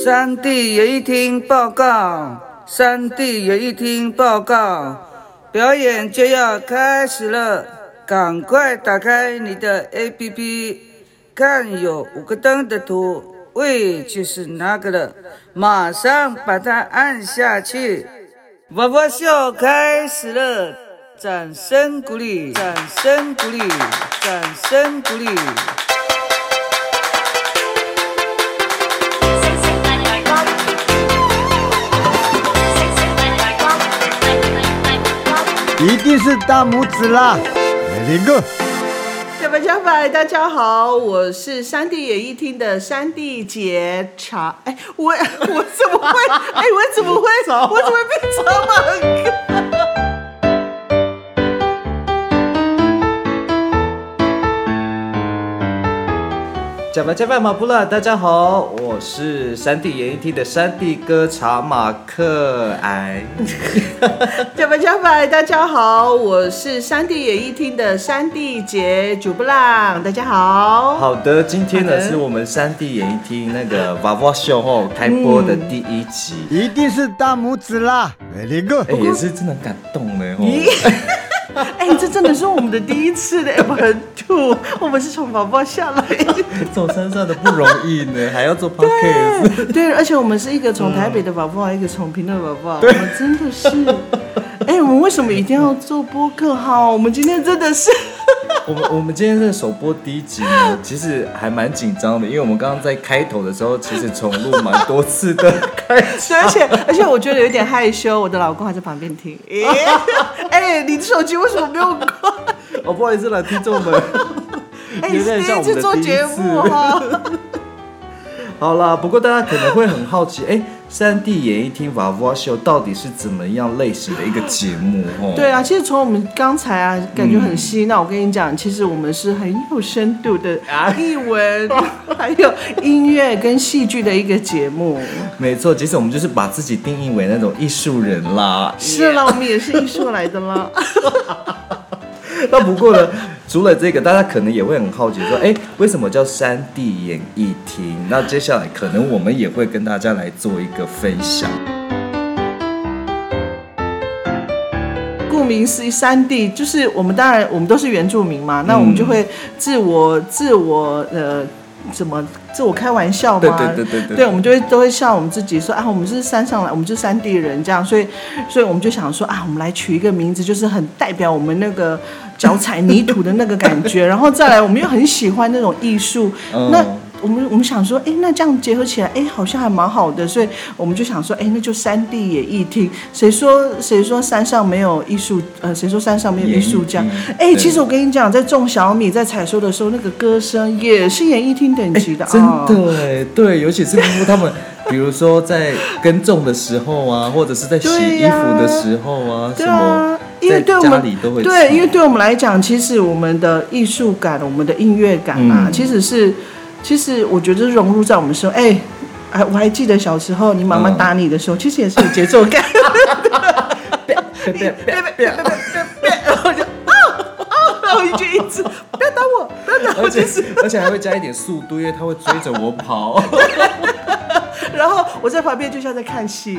山地演艺厅报告，山地演艺厅报告，表演就要开始了，赶快打开你的 APP， 看有5个灯的图，喂，就是那个了，马上把它按下去。娃娃秀开始了，掌声鼓励，掌声鼓励，掌声鼓励。 一定是大拇指啦，Very good。 小白，大家好，我是山地演艺厅的山地姐茶。我怎么会？我怎么会变茶马哥？ 加拜马布拉，大家好，我是山地演艺厅的山地哥茶马克癌。 加拜，大家好，我是山地演艺厅的山地姐主布朗，大家好。 好的，今天呢是我们山地演艺厅那个娃娃秀后开播的第1集， 一定是大拇指啦，Very good。 也是真的很感动呢。 这真的是我们的第一次的 F2， 我们是从宝宝下来， 走山上的不容易呢，还要做 podcast。 对，而且我们是一个从台北的宝宝，一个从屏东的宝宝，我们真的是，我们为什么一定要做播客？好，我们今天真的是。 我们今天这个首播第1集呢，其实还蛮紧张的，因为我们刚刚在开头的时候，其实重录蛮多次的开场， 而且我觉得有点害羞，我的老公还在旁边听。你的手机为什么没有关？ 不好意思啦，听众们， 你是第一次做节目哈。 好啦，不过大家可能会很好奇，山地演艺厅娃娃秀到底是怎么样类型的一个节目？ 对啊，其实从我们刚才感觉很嬉闹。我跟你讲，其实我们是很有深度的艺文，还有音乐跟戏剧的一个节目。 没错，其实我们就是把自己定义为那种艺术人啦。 是啦，我们也是艺术来的啦。 那不过呢，除了这个，大家可能也会很好奇说，为什么叫山地演艺厅？那接下来可能我们也会跟大家来做一个分享。 顾名思义，山地就是我们，当然我们都是原住民嘛，那我们就会自我开玩笑嘛？对，我们都会笑我们自己说我们是山上来，我们就是山地人这样，所以我们就想说我们来取一个名字，就是很代表我们那个脚踩泥土的那个感觉，然后再来我们又很喜欢那种艺术，那我们想说，那这样结合起来，好像还蛮好的，所以我们就想说，那就山地演艺厅。谁说山上没有艺术？谁说山上没有艺术家？其实我跟你讲，在种小米、在采收的时候，那个歌声也是演艺厅等级的。 真的对，尤其是他们，比如说在耕种的时候啊，或者是在洗衣服的时候啊，什么。因为对我们因为对我们来讲，其实我们的艺术感、我们的音乐感其实我觉得融入在我们身上。我还记得小时候你妈妈打你的时候，其实也是有节奏感。然后就一直不要打我， 而且还会加一点速度，因为他会追着我跑。 然后我在旁边就像在看戏。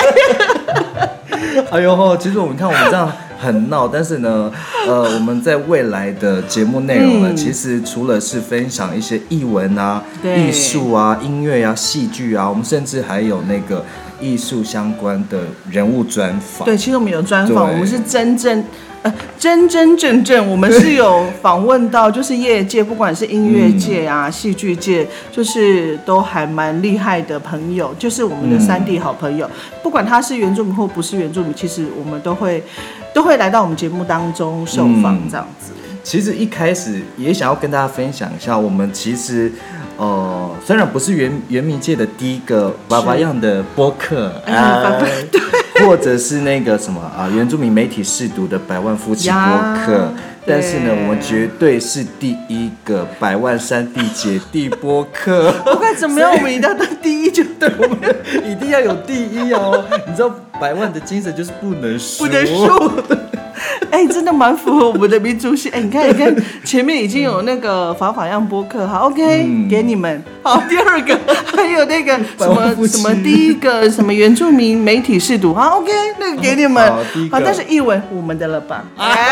其实我们看我们这样很闹，但是呢，我们在未来的节目内容呢，其实除了是分享一些艺文啊、艺术啊、音乐啊、戏剧啊，我们甚至还有那个艺术相关的人物专访。 对，其实我们有专访，我们是真正，我们是有访问到，就是业界，不管是音乐界啊、戏剧界，就是都还蛮厉害的朋友，就是我们的山地好朋友，不管他是原住民或不是原住民，其实我们都会来到我们节目当中受访这样子。 其实一开始也想要跟大家分享一下，我们其实虽然不是原民界的第一个娃娃样的播客或者是那个什么原住民媒体识读的百万夫妻播客，但是呢，我们绝对是第一个百万山地姐弟播客。 不管怎么样，我们一定要当第一，就对， 我们一定要有第一哦。你知道百万的精神就是不能输。 真的蛮符合我们的民族性。你看，前面已经有那个法样播客，好 ，OK，给你们。好，第二个还有那个什么第一个什么原住民媒体识读，好 ，OK， 那个给你们。好，但是译文我们的了吧？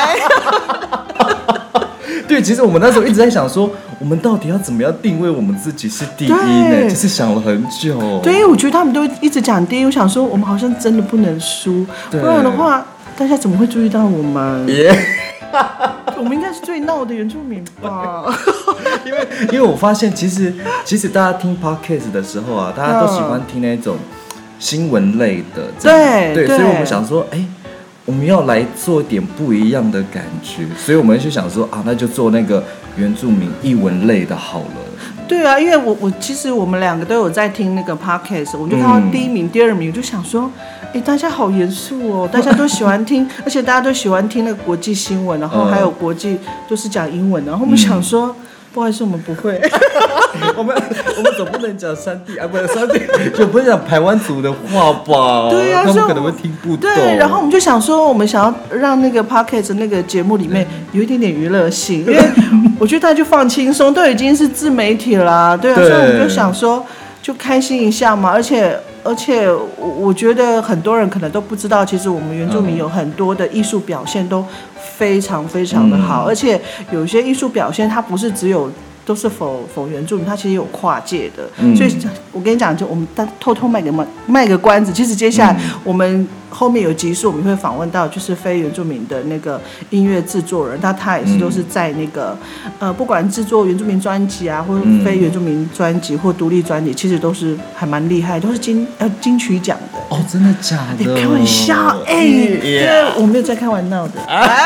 对，其实我们那时候一直在想说，我们到底要怎么样定位我们自己是第一呢？其实想了很久。 对，因为我觉得他们都一直讲第一，我想说我们好像真的不能输，不然的话，大家怎么会注意到我们？我们应该是最闹的原住民吧？ 因为我发现，其实大家听 podcast 的时候啊，大家都喜欢听那种新闻类的，对，所以我们想说，我们要来做一点不一样的感觉，所以我们就想说啊，那就做那个原住民艺文类的好了。 对啊，因为我其实我们两个都有在听那个 podcast， 我就看到第一名、第二名，我就想说，大家好严肃哦，大家都喜欢听，而且大家都喜欢听那个国际新闻，然后还有国际都是讲英文，然后我们想说。不好意思，我们不会。 我们总不能讲山地啊，不是山地，就不能讲排湾族的话吧？ 对呀， 他们可能会听不懂。 对，然后我们就想说，我们想要让那个 podcast 那个节目里面有一点点娱乐性，因为我觉得大家就放轻松，都已经是自媒体啦，对啊，所以我们就想说，就开心一下嘛，而且我觉得很多人可能都不知道，其实我们原住民有很多的艺术表现都非常非常的好，而且有些艺术表现它不是只有都是否原住民，它其实有跨界的，所以我跟你讲，就我们偷偷卖个关子，其实接下来我们后面有集数我们会访问到就是非原住民的那个音乐制作人，他也是都是在那个不管制作原住民专辑啊，或非原住民专辑或独立专辑，其实都是还蛮厉害，都是金曲奖的。 哦，真的假的？ 开玩笑，我没有在开玩笑的。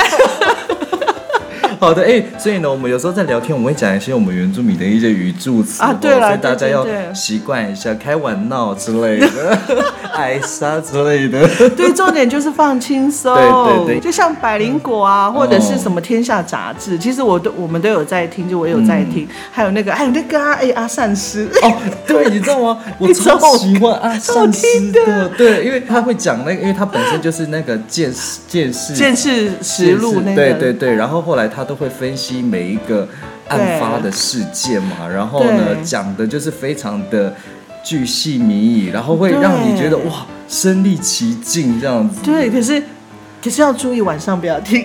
好的，所以呢，我们有时候在聊天，我们会讲一些我们原住民的一些语助词啊，对了， 所以大家要习惯一下，开玩闹之类的，挨杀之类的。 对，重点就是放轻松。对，就像百灵果啊，或者是什么天下杂志，其实我们都有在听，就我有在听，还有那个阿善师。哦， 对，你知道吗？我超喜欢阿善师的，对，因为他会讲那个，因为他本身就是那个见识实录那个， 对，然后后来他都会分析每一个案发的事件嘛，然后呢讲的就是非常的巨细靡遗，然后会让你觉得哇身临其境这样子。 对，可是要注意晚上不要听。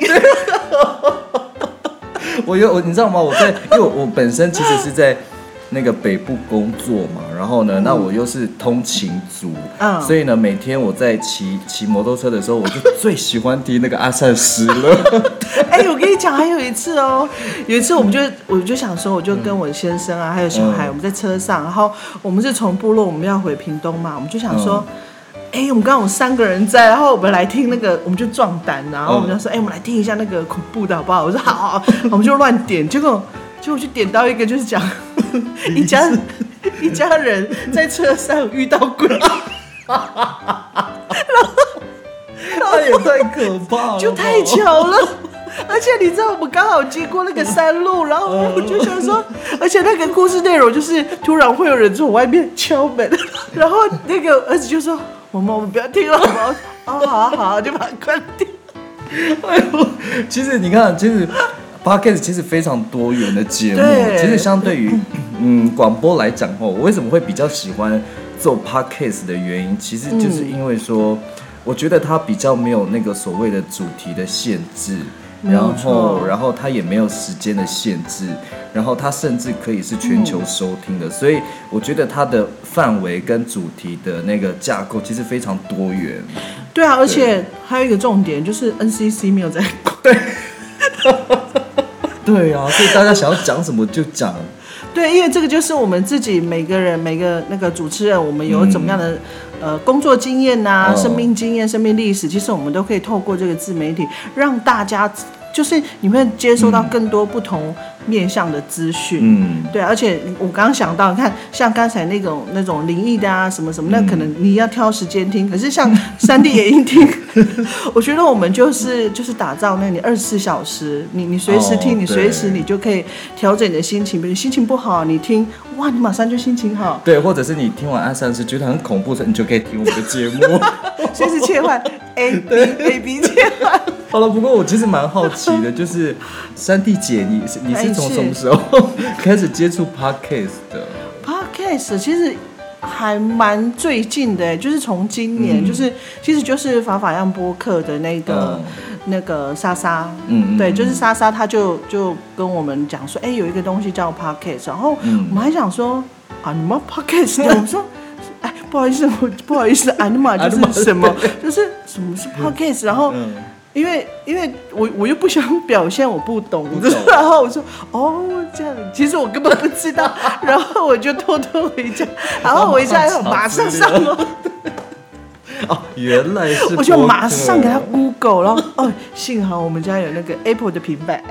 你知道吗？因为我本身其实是在那个北部工作嘛，然后呢，那我又是通勤族，所以呢，每天我在骑摩托车的时候，我就最喜欢听那个阿善师了。 我跟你讲，还有一次我就想说，我就跟我先生啊，还有小孩，我们在车上，然后我们是从部落，我们要回屏东嘛，我们就想说。我们刚刚有3个人在，然后我们来听那个，我们就壮胆，然后我们就说，我们来听一下那个恐怖的好不好？我说好，我们就乱点，结果就点到一个，就是讲一家人在车上遇到鬼，然后也太可怕了， 就太巧了。而且你知道我们刚好经过那个山路，然后我就想说，而且那个故事内容就是突然会有人从外面敲门，然后那个儿子就说：“我们不要听了，好好，就把它关掉。” 其实你看，其实 Podcast 其实非常多元的节目，其实相对于广播来讲我为什么会比较喜欢做 Podcast 的原因，其实就是因为说，我觉得它比较没有那个所谓的主题的限制。然后它也没有时间的限制，然后它甚至可以是全球收听的，所以我觉得它的范围跟主题的那个架构其实非常多元。 对啊，而且还有一个重点就是 NCC 没有在管。 对啊，所以大家想要讲什么就讲。 对，因为这个就是我们自己每个那个主持人，我们有怎么样的工作经验啊、生命经验、生命历史，其实我们都可以透过这个自媒体，让大家就是你会接收到更多不同面向的资讯。对，而且我刚刚想到，你看像刚才那种灵异的啊，什么什么，那可能你要挑时间听，可是像3D 野音听，我觉得我们就是打造那你24小时，你随时听，你随时你就可以调整你的心情，比如心情不好，你听，哇，你马上就心情好。 对，或者是你听完阿善师觉得很恐怖的时候，你就可以听我们的节目。 随时切换 A B 切换。 好了，不过我其实蛮好奇的，就是山地姐，你是从什么时候开始接触 podcast 的 ？podcast 其实还蛮最近的，就是从今年，其实就是法法样播客的那个莎莎，对，就是莎莎，她就跟我们讲说，有一个东西叫 podcast， 然后我们还想说啊，你们 podcast， 我们说。不好意思，安玛就是什么，就是什么是 podcast， 然后因为我又不想表现我不懂，然后我说这样，其实我根本不知道，然后我就偷偷回家，然后回家以后马上上了。 原来是， 我就马上给他 Google， 然后幸好我们家有那个 Apple 的平板，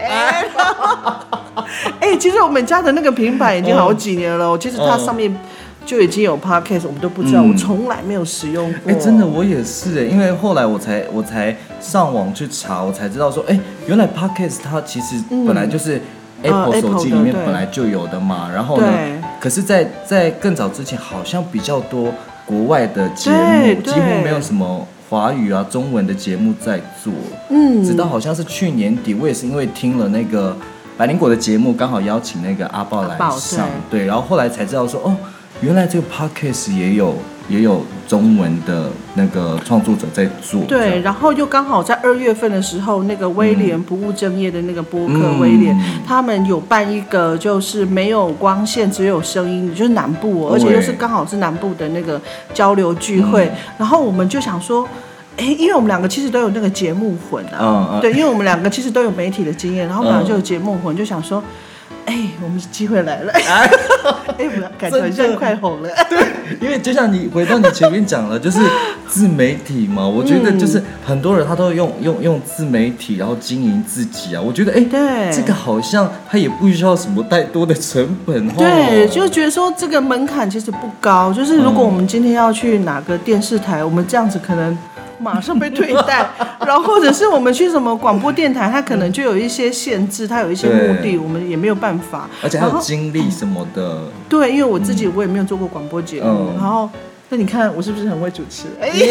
其实我们家的那个平板已经好几年了，其实它上面就已经有 podcast， 我们都不知道，我从来没有使用过。 真的我也是因为后来我才上网去查，我才知道说，原来 podcast 它其实本来就是 Apple 手机里面本来就有的嘛。然后呢，可是在更早之前，好像比较多国外的节目，几乎没有什么华语啊、中文的节目在做。直到好像是去年底，我也是因为听了那个百灵果的节目，刚好邀请那个阿豹来上，对，然后后来才知道说，原来这个 podcast 也有中文的那个创作者在做。 对，然后又刚好在2月份的时候，那个威廉不务正业的那个播客威廉，他们有办一个就是没有光线只有声音，就是南部，而且又是刚好是南部的那个交流聚会，然后我们就想说。因为我们两个其实都有那个节目魂啊，对，因为我们两个其实都有媒体的经验，然后本来就有节目魂，就想说，我们机会来了，我感觉好像快红了。 对，因为就像你回到你前面讲了，就是自媒体嘛，我觉得就是很多人他都用自媒体，然后经营自己啊，我觉得对，这个好像他也不需要什么太多的成本。 对，就觉得说这个门槛其实不高，就是如果我们今天要去哪个电视台，我们这样子可能。马上被退带，然后或者是我们去什么广播电台，它可能就有一些限制，它有一些目的，我们也没有办法， 而且还有经历什么的。 对，因为我自己我也没有做过广播节目，然后那你看我是不是很会主持？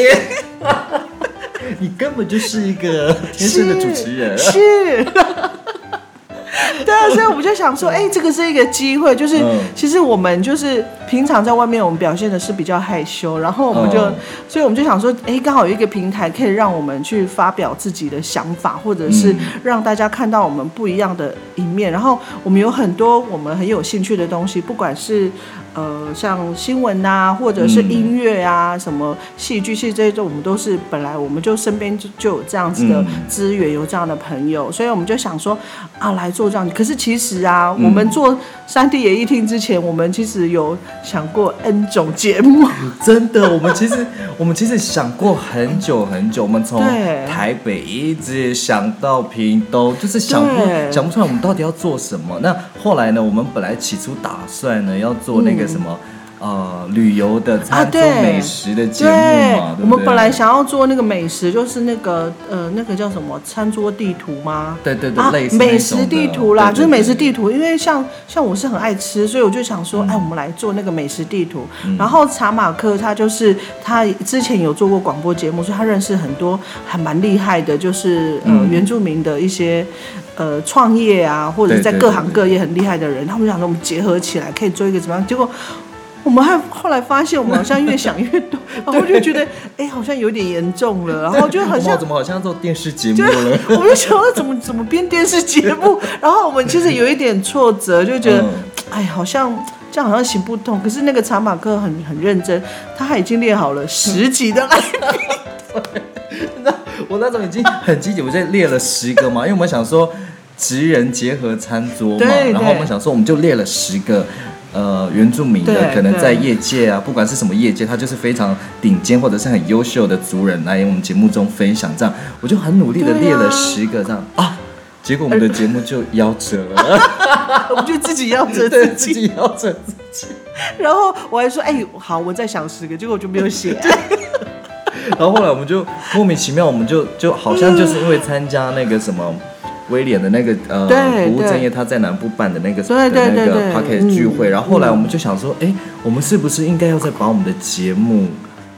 你根本就是一个天生的主持人。 是。对啊，所以我们就想说，这个是一个机会，就是其实我们就是平常在外面我们表现的是比较害羞，然后我们就，所以我们就想说，刚好有一个平台可以让我们去发表自己的想法，或者是让大家看到我们不一样的一面，然后我们有很多我们很有兴趣的东西，不管是像新闻啊，或者是音乐啊，什么戏剧系这些，我们都是本来我们就身边就有这样子的资源，有这样的朋友，所以我们就想说来做这样。可是其实我们做3D演艺厅之前，我们其实有想过 N 种节目。 真的，我们其实想过很久很久，我们从台北一直想到屏东，就是想不出来我们到底要做什么。那后来呢，我们本来起初打算呢要做那个什么。旅游的餐桌美食的节目嘛，对不对？ 我们本来想要做那个美食，就是那个叫什么餐桌地图吗？ 对，类似美食地图啦，就是美食地图。因为像我是很爱吃，所以我就想说，我们来做那个美食地图。然后查马克他之前有做过广播节目，所以他认识很多还蛮厉害的，就是原住民的一些创业啊，或者在各行各业很厉害的人。他们想说我们结合起来可以做一个怎么样？结果。我们后来发现，我们好像越想越多，然后就觉得，好像有点严重了，然后就好像怎么好像做电视节目了？ 我们就想说怎么编电视节目？然后我们其实有一点挫折，就觉得，好像这样好像行不通。可是那个查马克很认真，他已经列好了10集的来宾。 我那种已经很积极，我在列了10个嘛，因为我们想说职人结合餐桌嘛，然后我们想说我们就列了10个。原住民的可能在业界啊，不管是什么业界，他就是非常顶尖或者是很优秀的族人来我们节目中分享。这样，我就很努力的列了10个这样结果我们的节目就夭折了。 我们就自己夭折自己夭折自己。 然后我还说，好，我再想10个，结果我就没有写。 然后后来我们就莫名其妙，我们就好像就是因为参加那个什么。威廉的那个不务正业，他在南部办的那个 podcast 聚会，然后后来我们就想说，我们是不是应该要再把我们的节目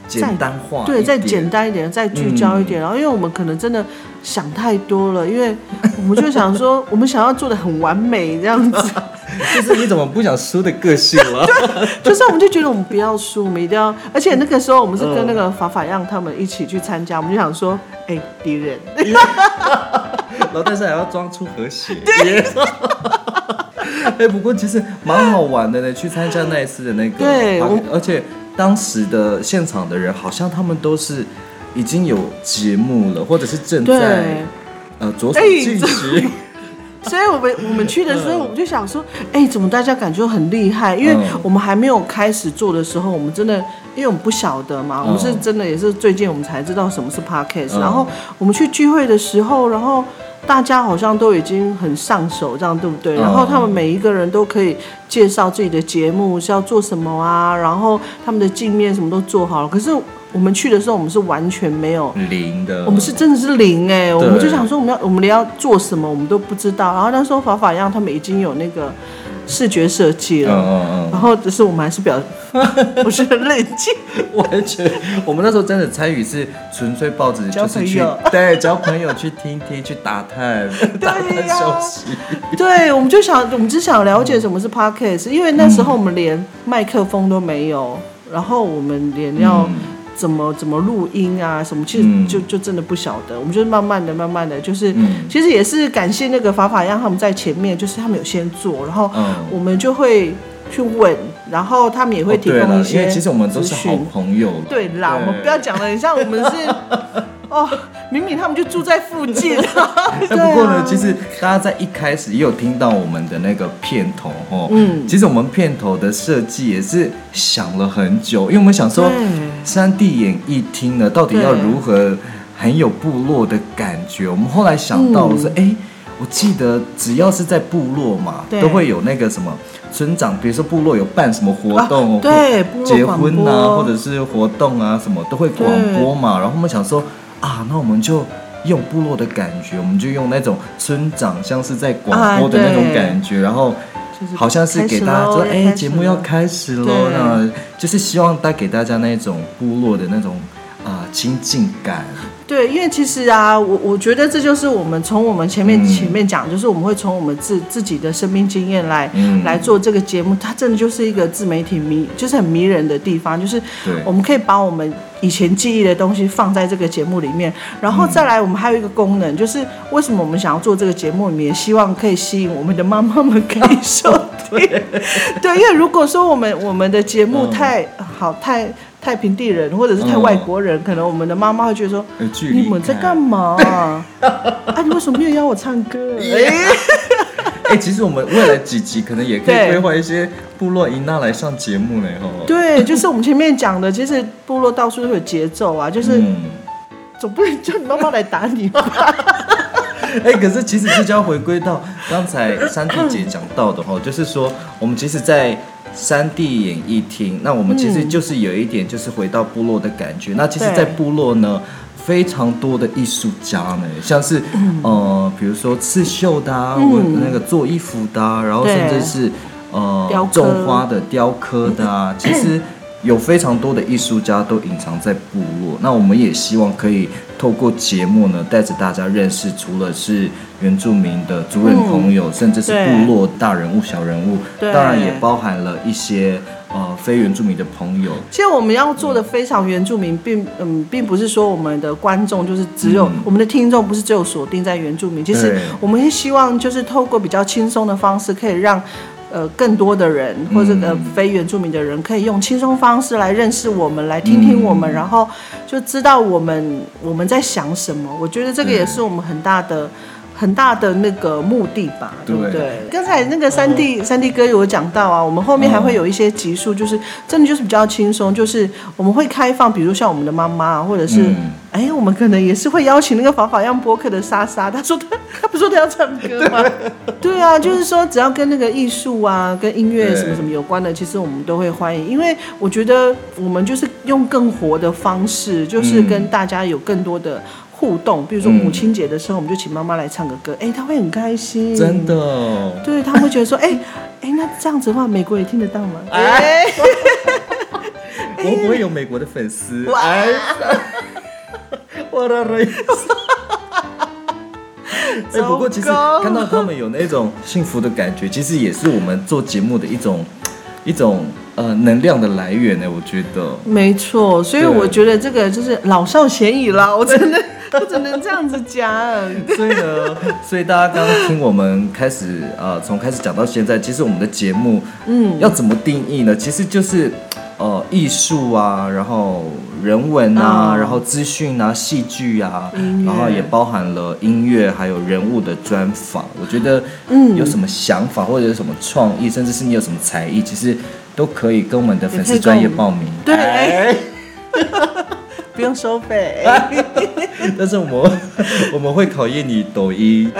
简单化， 对，再简单一点，再聚焦一点。然后，因为我们可能真的想太多了，因为我们就想说，我们想要做的很完美这样子。 就是你怎么不想输的个性了？ 对，就是我们就觉得我们不要输，我们一定要。而且那个时候我们是跟那个法样他们一起去参加，我们就想说，敌人， 然后但是还要装出和谐。不过其实蛮好玩的呢，去参加那一次的那个， 对， 而且当时的现场的人好像他们都是已经有节目了，或者是正在着手进行。 所以我们去的时候，我们就想说，怎么大家感觉很厉害？因为我们还没有开始做的时候，我们真的，因为我们不晓得嘛，我们是真的也是最近我们才知道什么是 podcast。然后我们去聚会的时候，然后大家好像都已经很上手，这样对不对？然后他们每一个人都可以介绍自己的节目是要做什么啊，然后他们的镜面什么都做好了。可是我们去的时候，我们是完全没有零的， 我们是真的是零我们就想说我们连要做什么我们都不知道。然后那时候法样他们已经有那个视觉设计了，然后只是我们还是不是很冷静， 完全我们那时候真的参与是纯粹抱着就是去交朋友去听去打探消息。 对，我们只想了解什么是 podcast， 因为那时候我们连麦克风都没有，然后我们连要怎么录音啊什么，其实就真的不晓得。我们就是慢慢的，就是其实也是感谢那个法样他们在前面，就是他们有先做，然后我们就会去问，然后他们也会提供一些， 因为其实我们都是好朋友了。 对啦，我们不要讲的很像我们是明明他们就住在附近。 不过呢，其实大家在一开始也有听到我们的那个片头其实我们片头的设计也是想了很久，因为我们想说山地演艺厅呢到底要如何很有部落的感觉。我们后来想到说我记得只要是在部落嘛，都会有那个什么村长，比如说部落有办什么活动， 对， 结婚啊或者是活动啊什么都会广播嘛。然后我们想说那我们就用部落的感觉，我们就用那种村长像是在广播的那种感觉，然后好像是给大家说节目要开始咯，那就是希望带给大家那种部落的那种亲近感。 对，因为其实我觉得这就是我们从我们前面讲，就是我们会从我们自己的生命经验来做这个节目，它真的就是一个自媒体就是很迷人的地方，就是我们可以把我们以前记忆的东西放在这个节目里面，然后再来我们还有一个功能，就是为什么我们想要做这个节目，我们也希望可以吸引我们的妈妈们可以收听。对，因为如果说我们的节目太平地人或者是太外国人，可能我们的妈妈会觉得说你们在干嘛你为什么没有邀我唱歌？ 其实我们未来几集可能也可以规划一些部落姨娜来上节目呢。 对，就是我们前面讲的，其实部落到处都有节奏啊，就是总不能叫你妈妈来打你吧。 可是其实这就要回归到刚才山地姐讲到的就是说我们其实在山地演艺厅，那我们其实就是有一点就是回到部落的感觉。那其实在部落呢非常多的艺术家呢，像是比如说刺绣的那个做衣服的然后甚至是种花的雕刻的其实有非常多的艺术家都隐藏在部落。那我们也希望可以透过节目呢带着大家认识除了是原住民的族人朋友甚至是部落大人物小人物，当然也包含了一些非原住民的朋友。 其实我们要做的非常原住民并不是说我们的观众就是只有我们的听众不是只有锁定在原住民，其实我们也希望就是透过比较轻松的方式可以让更多的人或者非原住民的人可以用轻松方式来认识我们，来听听我们，然后就知道我们在想什么。我觉得这个也是我们很大的那个目的吧，对不对？刚才那个山地哥有讲到我们后面还会有一些集数，就是真的就是比较轻松，就是我们会开放，比如像我们的妈妈，或者是我们可能也是会邀请那个法样播客的莎莎，他不是说他要唱歌吗？对啊，就是说只要跟那个艺术跟音乐什么什么有关的，其实我们都会欢迎，因为我觉得我们就是用更活的方式，就是跟大家有更多的互动。比如说母亲节的时候，我们就请妈妈来唱个歌，她会很开心， 真的。 对，她会觉得说，那这样子的话，美国也听得到吗？ 我不会有美国的粉丝。哎，我的人。不过其实看到他们有那种幸福的感觉，其实也是我们做节目的一种能量的来源呢。我觉得没错，所以我觉得这个就是老少咸宜啦，我真的我只能这样子讲。 所以大家刚刚听我们开始从开始讲到现在，其实我们的节目要怎么定义呢？其实就是艺术啊，然后人文啊，然后资讯啊，戏剧啊，然后也包含了音乐，还有人物的专访。我觉得有什么想法或者有什么创意，甚至是你有什么才艺，其实都可以跟我们的粉丝专业报名。 对。不用收费， 但是我们会考验你抖音。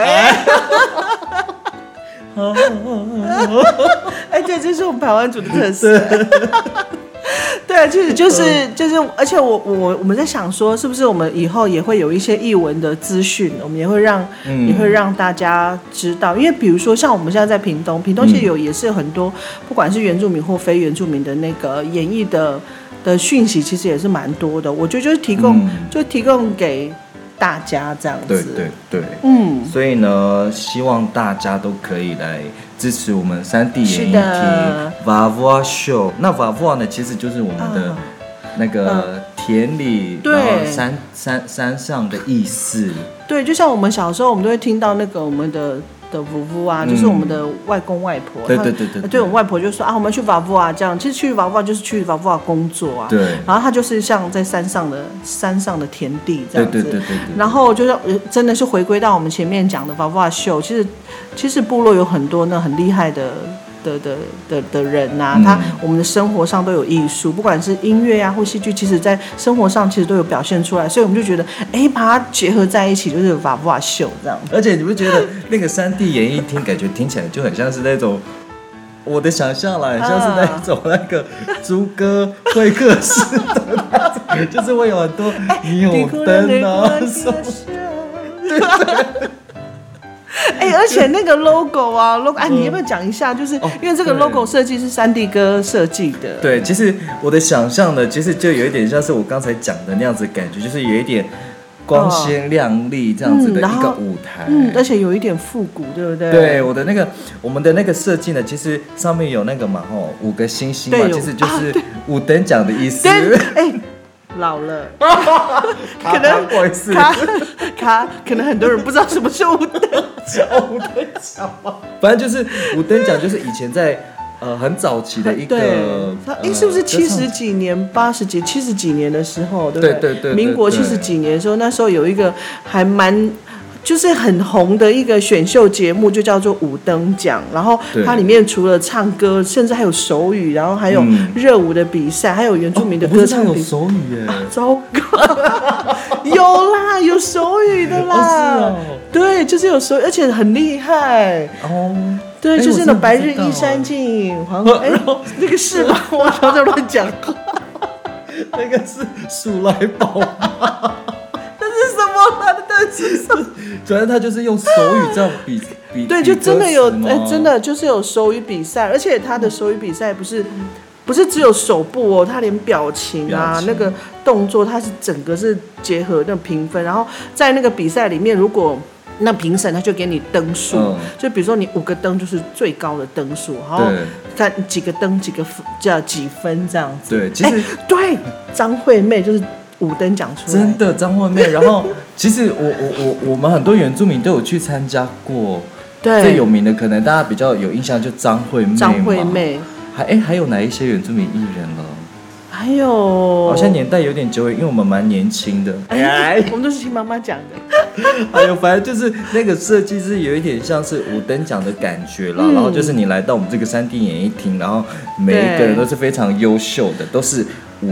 哎，对，这是我们排湾族的特色。对，就是，而且我们在想说，是不是我们以后也会有一些艺文的资讯，我们也会让大家知道，因为比如说像我们现在在屏东其实也是有很多，不管是原住民或非原住民的那个演艺的讯息，其实也是蛮多的。我觉得就是提供给大家这样子。 对，所以呢，希望大家都可以来支持我们3D 演艺厅 Vavua Show。那 Vavua 呢，其实就是我们的那个田里，然后山上的意思。对， 就像我们小时候，我们都会听到那个我们的夫妇啊，就是我们的外公外婆。对，我们外婆就说我们去瓦夫啊，这样。其实去瓦夫啊就是去瓦夫啊工作啊。对。然后它就是像在山上的田地这样子。对。然后就是真的是回归到我们前面讲的瓦夫啊秀，其实部落有很多那很厉害的人啊，我们的生活上都有艺术，不管是音乐啊或戏剧，其实在生活上其实都有表现出来，所以我们就觉得，把它结合在一起，就是瓦布瓦秀这样。 而且你不觉得那个3D 演艺厅，感觉听起来就很像是那种，我的想象啦，很像是那种那个猪哥会客室的那种，就是会有很多霓虹灯啊什么。对。 而且那个 logo 啊，你要不要讲一下？就是因为这个 logo 设计是3D哥设计的。 对，其实我的想象呢，其实就有一点像是我刚才讲的那样子的感觉，就是有一点光鲜亮丽这样子的一个舞台， 而且有一点复古，对不对？ 对，我们的那个设计呢，其实上面有那个嘛5个星星嘛，其实就是5等奖的意思。 老了，可能不好意思， 可能很多人不知道什么是5等奖吗？反正就是5等奖，就是以前在很早期的一个， 是不是70几年、80几、70几年的时候，对不对？对，民国70几年的时候，那时候有一个还蛮。就是很红的一个选秀节目，就叫做5等奖。然后它里面除了唱歌，甚至还有手语，然后还有热舞的比赛，还有原住民的歌唱比赛。 有手语耶！ 糟糕，有啦，有手语的啦。对，就是有手语，而且很厉害。对，就是那种白日依山尽，那个是吗？我常常乱讲话。 那个是鼠来宝吗？ 是什么？他的单词是什么？ 主要他就是用手语这样比， 对，就真的有，真的就是有手语比赛，而且他的手语比赛不是只有手部哦，他连表情啊那个动作，他是整个是结合那评分，然后在那个比赛里面，如果那评审他就给你灯数，就比如说你5个灯就是最高的灯数，然后看几个灯叫几分这样子。 对，其实对张惠妹就是。5等奖出来， 真的张惠妹。然后其实我们很多原住民都有去参加过，对，最有名的可能大家比较有印象就张惠妹，还有哪一些原住民艺人了？ 还有好像年代有点久远，因为我们蛮年轻的， 我们都是听妈妈讲的。 还有反正就是那个设计是有一点像是5等奖的感觉啦，然后就是你来到我们这个3D 演艺厅，然后每一个人都是非常优秀的，都是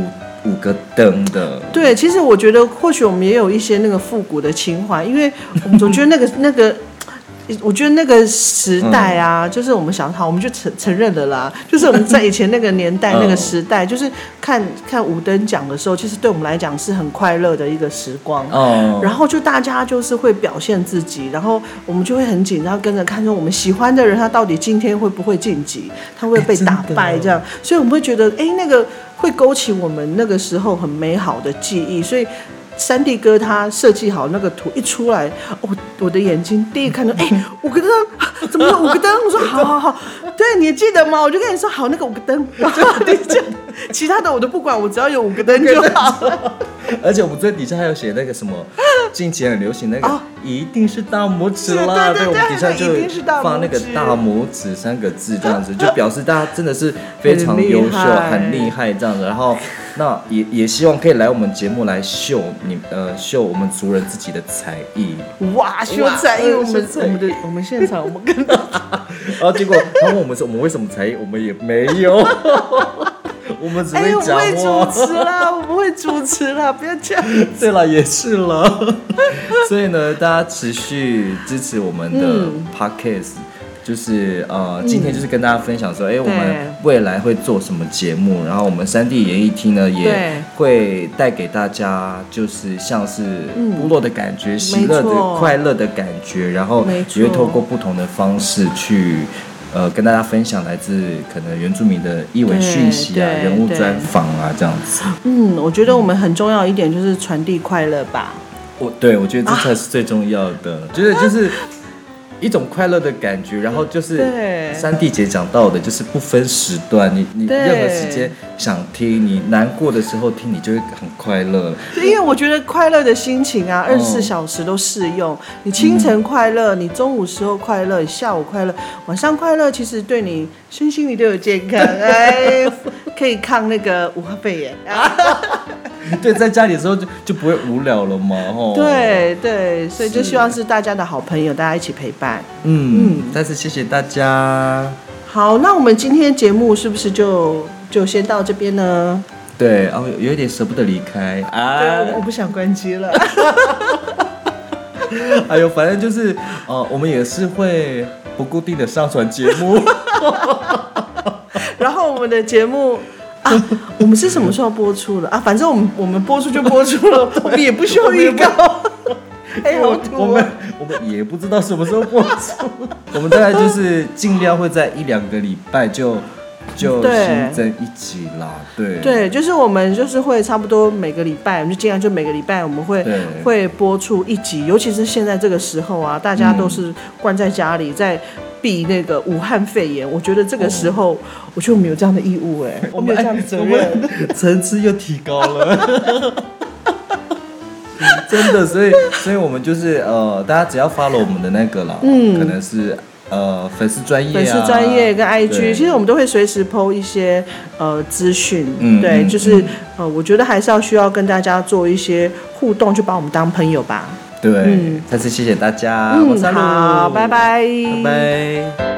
5个灯的。 对，其实我觉得或许我们也有一些那个复古的情怀，因为我们总觉得那个我觉得那个时代啊，就是我们我们就承认了啦，就是我们在以前那个年代那个时代，就是看5等奖的时候，其实对我们来讲是很快乐的一个时光。然后就大家就是会表现自己，然后我们就会很紧张，跟着看说我们喜欢的人他到底今天会不会晋级，他会被打败这样，所以我们会觉得那个会勾起我们那个时候很美好的记忆，所以。山地哥他设计好那个图一出来，我的眼睛第一看到，5个灯，怎么有5个灯？我说好，对，你记得吗？我就跟你说好，那个5个灯，其他的我都不管，我只要有5个灯就好了。 而且我们最底下还有写那个什么，近期很流行那个，一定是大拇指啦。对，我们底下就放那个大拇指3个字，这样子就表示大家真的是非常优秀、很厉害这样子。然后那也希望可以来我们节目来秀我们族人自己的才艺。 哇，秀才艺！我们现场我们跟到， 然后结果他问我们说我们为什么才艺，我们也没有。我们只会讲话， 我们会主持啦，不要这样。 对了，也是了。所以呢，大家持续支持我们的 podcast，就是今天就是跟大家分享说，我们未来会做什么节目，然后我们山地演艺厅呢也会带给大家，就是像是部落的感觉、喜乐的、快乐的感觉，然后也会透过不同的方式去。跟大家分享来自可能原住民的艺文讯息啊、人物专访啊这样子。 我觉得我们很重要一点就是传递快乐吧。 我觉得这才是最重要的，觉得就是一种快乐的感觉，然后就是山地姐讲到的，就是不分时段，你任何时间想听，你难过的时候听，你就会很快乐。 因为我觉得快乐的心情啊，24小时都适用。你清晨快乐，你中午时候快乐，你下午快乐，晚上快乐，其实对你身心灵都有健康，可以抗那个武汉肺炎。 对，在家里的时候就不会无聊了嘛， 对，所以就希望是大家的好朋友，大家一起陪伴。 再次谢谢大家。 好，那我们今天节目是不是就先到这边呢？ 对，有一点舍不得离开对，我不想关机了。 反正就是我们也是会不固定的上传节目。 然后我们的节目。我们是什么时候播出的啊？反正我们播出就播出了，我们也不需要预告。 我们也不知道什么时候播出。我们大概就是尽量会在1-2个礼拜就新增一集啦。 对，就是我们就是会差不多每个礼拜，我们就尽量就每个礼拜我们会播出一集，尤其是现在这个时候啊，大家都是关在家里在。避那个武汉肺炎，我觉得这个时候，我觉得我们有这样的义务我们有这样的责任， 层次又提高了，真的，所以我们就是大家只要 follow 我们的那个啦，可能是粉丝专页跟 IG， 其实我们都会随时 po 一些资讯，对，就是我觉得还是要需要跟大家做一些互动，就把我们当朋友吧。 对，再次谢谢大家， 好，拜拜， 拜拜。